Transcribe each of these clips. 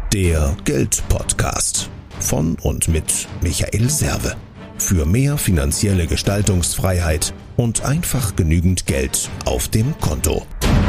Der Geld-Podcast von und mit Michael Serve. Für mehr finanzielle Gestaltungsfreiheit und einfach genügend Geld auf dem Konto.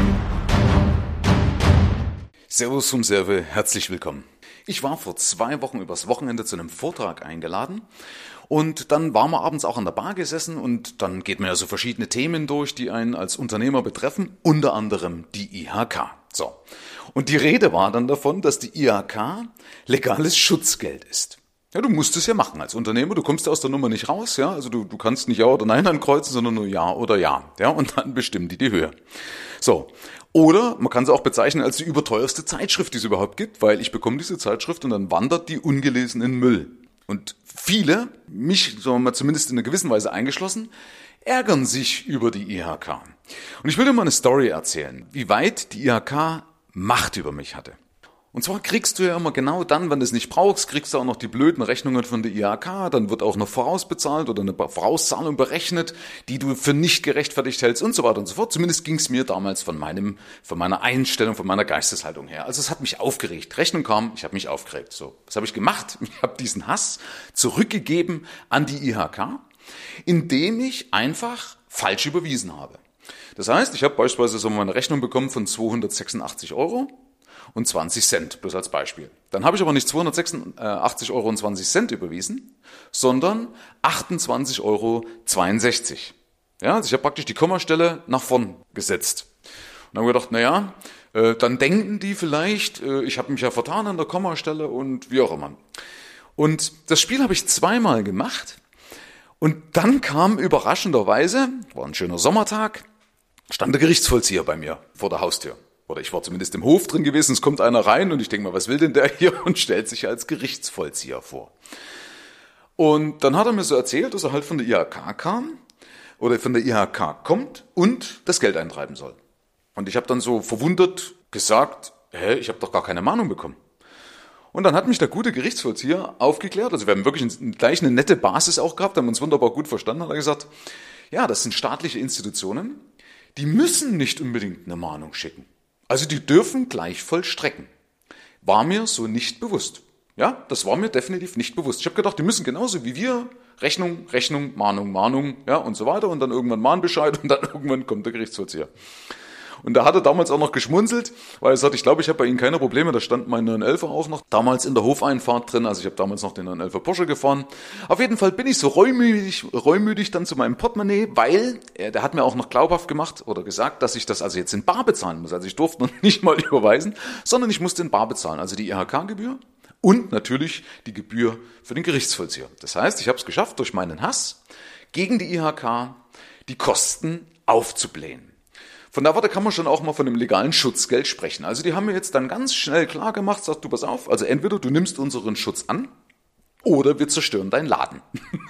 Servus vom Serve, herzlich willkommen. Ich war vor 2 Wochen übers Wochenende zu einem Vortrag eingeladen und dann waren wir abends auch an der Bar gesessen und dann geht man ja so verschiedene Themen durch, die einen als Unternehmer betreffen, unter anderem die IHK. So. Und die Rede war dann davon, dass die IHK legales Schutzgeld ist. Ja, du musst es ja machen als Unternehmer, du kommst aus der Nummer nicht raus, ja, also du kannst nicht Ja oder Nein ankreuzen, sondern nur Ja oder Ja, ja, und dann bestimmen die Höhe. So. Oder man kann sie auch bezeichnen als die überteuerste Zeitschrift, die es überhaupt gibt, weil ich bekomme diese Zeitschrift und dann wandert die ungelesen in Müll. Und viele, mich sagen wir mal zumindest in einer gewissen Weise eingeschlossen, ärgern sich über die IHK. Und ich will dir mal eine Story erzählen, wie weit die IHK Macht über mich hatte. Und zwar kriegst du ja immer genau dann, wenn du es nicht brauchst, kriegst du auch noch die blöden Rechnungen von der IHK, dann wird auch noch vorausbezahlt oder eine Vorauszahlung berechnet, die du für nicht gerechtfertigt hältst und so weiter und so fort. Zumindest ging es mir damals von meiner Einstellung, von meiner Geisteshaltung her. Also es hat mich aufgeregt. Rechnung kam, ich habe mich aufgeregt. So, was habe ich gemacht? Ich habe diesen Hass zurückgegeben an die IHK, indem ich einfach falsch überwiesen habe. Das heißt, ich habe beispielsweise so eine Rechnung bekommen von 286 Euro. Und 20 Cent, bloß als Beispiel. Dann habe ich aber nicht 286,20 Euro überwiesen, sondern 28,62 Euro. Ja, also ich habe praktisch die Kommastelle nach vorn gesetzt. Und dann habe ich gedacht, dann denken die vielleicht, ich habe mich ja vertan an der Kommastelle und wie auch immer. Und das Spiel habe ich 2-mal gemacht und dann kam überraschenderweise, war ein schöner Sommertag, stand der Gerichtsvollzieher bei mir vor der Haustür. Oder ich war zumindest im Hof drin gewesen, es kommt einer rein und ich denke mal, was will denn der hier? Und stellt sich als Gerichtsvollzieher vor. Und dann hat er mir so erzählt, dass er halt von der IHK kam oder von der IHK kommt und das Geld eintreiben soll. Und ich habe dann so verwundert gesagt, ich habe doch gar keine Mahnung bekommen. Und dann hat mich der gute Gerichtsvollzieher aufgeklärt, also wir haben wirklich gleich eine nette Basis auch gehabt, haben uns wunderbar gut verstanden, hat er gesagt, ja, das sind staatliche Institutionen, die müssen nicht unbedingt eine Mahnung schicken. Also die dürfen gleich vollstrecken. War mir so nicht bewusst. Ja, das war mir definitiv nicht bewusst. Ich habe gedacht, die müssen genauso wie wir Rechnung, Mahnung, ja und so weiter und dann irgendwann Mahnbescheid und dann irgendwann kommt der Gerichtsvollzieher. Und da hat er damals auch noch geschmunzelt, weil er sagt, ich glaube, ich habe bei Ihnen keine Probleme. Da stand mein 911er auch noch damals in der Hofeinfahrt drin. Also ich habe damals noch den 911er Porsche gefahren. Auf jeden Fall bin ich so reumütig dann zu meinem Portemonnaie, weil der hat mir auch noch glaubhaft gemacht oder gesagt, dass ich das also jetzt in bar bezahlen muss. Also ich durfte noch nicht mal überweisen, sondern ich musste in bar bezahlen. Also die IHK-Gebühr und natürlich die Gebühr für den Gerichtsvollzieher. Das heißt, ich habe es geschafft, durch meinen Hass gegen die IHK die Kosten aufzublähen. Von der Warte kann man schon auch mal von einem legalen Schutzgeld sprechen. Also die haben mir jetzt dann ganz schnell klar gemacht, sagt du, pass auf, also entweder du nimmst unseren Schutz an oder wir zerstören deinen Laden.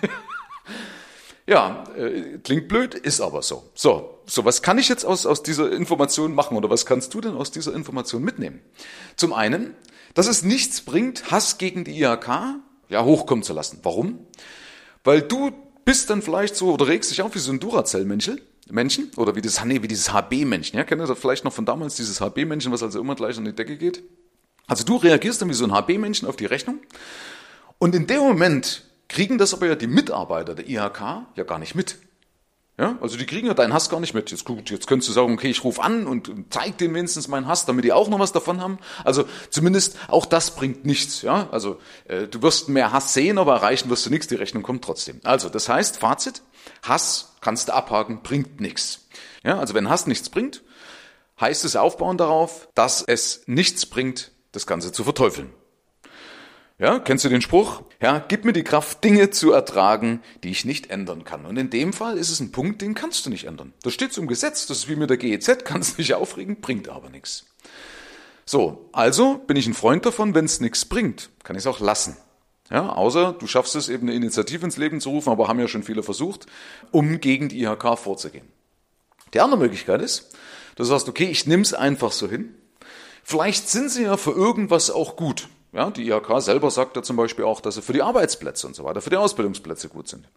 Ja, klingt blöd, ist aber so. So, was kann ich jetzt aus dieser Information machen oder was kannst du denn aus dieser Information mitnehmen? Zum einen, dass es nichts bringt, Hass gegen die IHK hochkommen zu lassen. Warum? Weil du bist dann vielleicht so oder regst dich auf wie so ein Duracell-Menschen oder wie dieses HB-Männchen. Ja, kennt ihr das vielleicht noch von damals, dieses HB-Männchen, was also immer gleich an die Decke geht? Also du reagierst dann wie so ein HB-Männchen auf die Rechnung und in dem Moment kriegen das aber ja die Mitarbeiter der IHK ja gar nicht mit. Ja, also die kriegen ja deinen Hass gar nicht mit. Jetzt könntest du sagen, okay, ich rufe an und zeig denen wenigstens meinen Hass, damit die auch noch was davon haben. Also zumindest auch das bringt nichts. Ja, also du wirst mehr Hass sehen, aber erreichen wirst du nichts. Die Rechnung kommt trotzdem. Also das heißt, Fazit: Hass kannst du abhaken, bringt nichts. Ja, also wenn Hass nichts bringt, heißt es aufbauen darauf, dass es nichts bringt, das Ganze zu verteufeln. Ja, kennst du den Spruch? Ja, gib mir die Kraft, Dinge zu ertragen, die ich nicht ändern kann. Und in dem Fall ist es ein Punkt, den kannst du nicht ändern. Das steht so im Gesetz, das ist wie mit der GEZ, kannst dich aufregen, bringt aber nichts. So, also bin ich ein Freund davon, wenn es nichts bringt, kann ich es auch lassen. Ja, außer du schaffst es eben eine Initiative ins Leben zu rufen, aber haben ja schon viele versucht, um gegen die IHK vorzugehen. Die andere Möglichkeit ist, du sagst, okay, ich nehme es einfach so hin. Vielleicht sind sie ja für irgendwas auch gut. Ja, die IHK selber sagt ja zum Beispiel auch, dass sie für die Arbeitsplätze und so weiter, für die Ausbildungsplätze gut sind.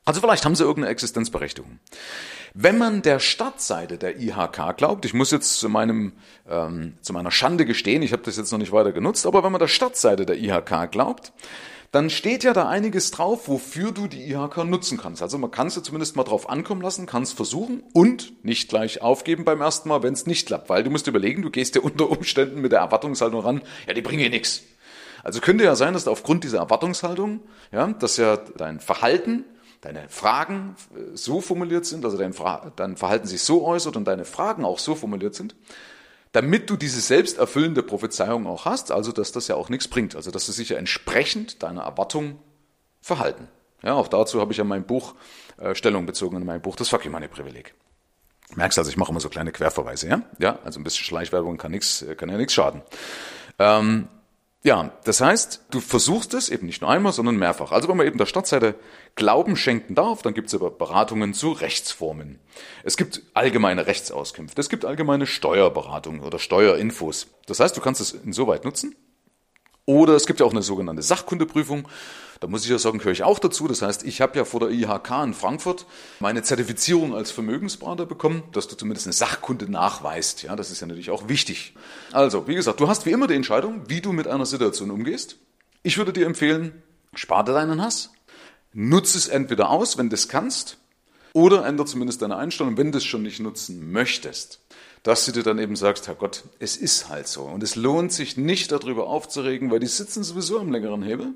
Also vielleicht haben sie irgendeine Existenzberechtigung. Wenn man der Startseite der IHK glaubt, ich muss jetzt zu meiner Schande gestehen, ich habe das jetzt noch nicht weiter genutzt, aber wenn man der Startseite der IHK glaubt, dann steht ja da einiges drauf, wofür du die IHK nutzen kannst. Also man kann es ja zumindest mal drauf ankommen lassen, kann es versuchen und nicht gleich aufgeben beim ersten Mal, wenn es nicht klappt. Weil du musst überlegen, du gehst ja unter Umständen mit der Erwartungshaltung ran, ja, die bringen dir nichts. Also könnte ja sein, dass du aufgrund dieser Erwartungshaltung, ja, dass ja dein Verhalten, deine Fragen so formuliert sind, also dein Verhalten sich so äußert und deine Fragen auch so formuliert sind, damit du diese selbsterfüllende Prophezeiung auch hast, also dass das ja auch nichts bringt, also dass sie sich ja entsprechend deiner Erwartung verhalten. Ja, auch dazu habe ich ja mein Buch Stellung bezogen in meinem Buch Das Fuck You Money Privileg. Merkst also, ich mache immer so kleine Querverweise, ja? Ja, also ein bisschen Schleichwerbung kann ja nichts schaden. Ja, das heißt, du versuchst es eben nicht nur einmal, sondern mehrfach. Also wenn man eben der Startseite Glauben schenken darf, dann gibt es aber Beratungen zu Rechtsformen. Es gibt allgemeine Rechtsauskünfte, es gibt allgemeine Steuerberatungen oder Steuerinfos. Das heißt, du kannst es insoweit nutzen. Oder es gibt ja auch eine sogenannte Sachkundeprüfung. Da muss ich ja sagen, gehöre ich auch dazu. Das heißt, ich habe ja vor der IHK in Frankfurt meine Zertifizierung als Vermögensberater bekommen, dass du zumindest eine Sachkunde nachweist. Ja, das ist ja natürlich auch wichtig. Also, wie gesagt, du hast wie immer die Entscheidung, wie du mit einer Situation umgehst. Ich würde dir empfehlen, spar dir deinen Hass. Nutze es entweder aus, wenn du es kannst, oder ändere zumindest deine Einstellung, wenn du es schon nicht nutzen möchtest. Dass du dir dann eben sagst, Herrgott, es ist halt so. Und es lohnt sich nicht, darüber aufzuregen, weil die sitzen sowieso am längeren Hebel.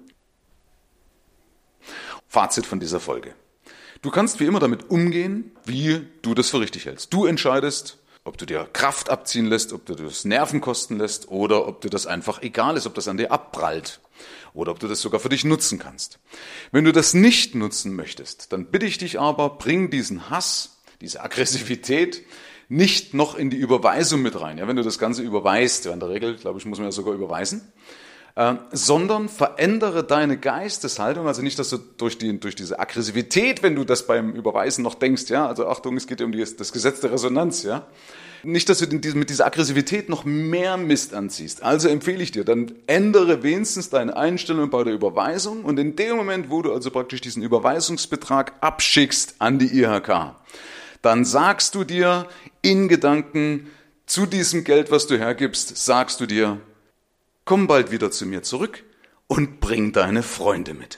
Fazit von dieser Folge. Du kannst wie immer damit umgehen, wie du das für richtig hältst. Du entscheidest, ob du dir Kraft abziehen lässt, ob du das Nerven kosten lässt oder ob dir das einfach egal ist, ob das an dir abprallt oder ob du das sogar für dich nutzen kannst. Wenn du das nicht nutzen möchtest, dann bitte ich dich aber, bring diesen Hass, diese Aggressivität nicht noch in die Überweisung mit rein. Ja, wenn du das Ganze überweist, ja, in der Regel, glaube ich, muss man ja sogar überweisen, sondern verändere deine Geisteshaltung, also nicht, dass du durch diese Aggressivität, wenn du das beim Überweisen noch denkst, ja, also Achtung, es geht ja um das Gesetz der Resonanz, ja, nicht, dass du mit dieser Aggressivität noch mehr Mist anziehst. Also empfehle ich dir, dann ändere wenigstens deine Einstellung bei der Überweisung und in dem Moment, wo du also praktisch diesen Überweisungsbetrag abschickst an die IHK, dann sagst du dir in Gedanken zu diesem Geld, was du hergibst, sagst du dir, komm bald wieder zu mir zurück und bring deine Freunde mit.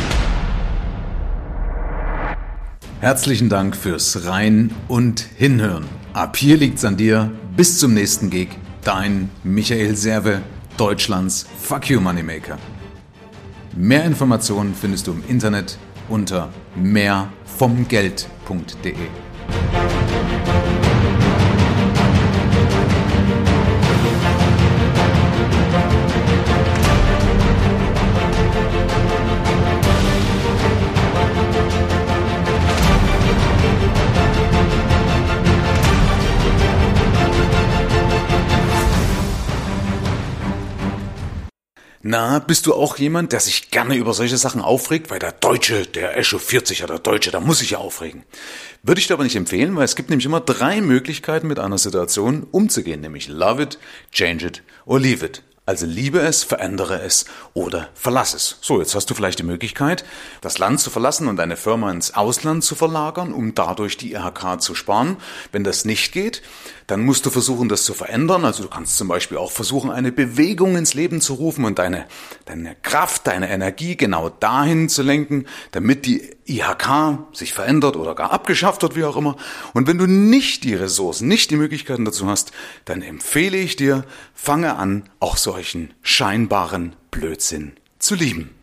Herzlichen Dank fürs Rein- und Hinhören. Ab hier liegt's an dir. Bis zum nächsten Gig. Dein Michael Serve, Deutschlands Fuck You Moneymaker. Mehr Informationen findest du im Internet unter mehrvomgeld.de. Na, bist du auch jemand, der sich gerne über solche Sachen aufregt? Weil der Deutsche, der echauffiert sich ja, der Deutsche, der muss sich ja aufregen. Würde ich dir aber nicht empfehlen, weil es gibt nämlich immer 3 Möglichkeiten, mit einer Situation umzugehen. Nämlich love it, change it or leave it. Also liebe es, verändere es oder verlass es. So, jetzt hast du vielleicht die Möglichkeit, das Land zu verlassen und deine Firma ins Ausland zu verlagern, um dadurch die IHK zu sparen. Wenn das nicht geht, dann musst du versuchen, das zu verändern. Also du kannst zum Beispiel auch versuchen, eine Bewegung ins Leben zu rufen und deine Kraft, deine Energie genau dahin zu lenken, damit die IHK sich verändert oder gar abgeschafft wird, wie auch immer. Und wenn du nicht die Ressourcen, nicht die Möglichkeiten dazu hast, dann empfehle ich dir, fange an, auch solchen scheinbaren Blödsinn zu lieben.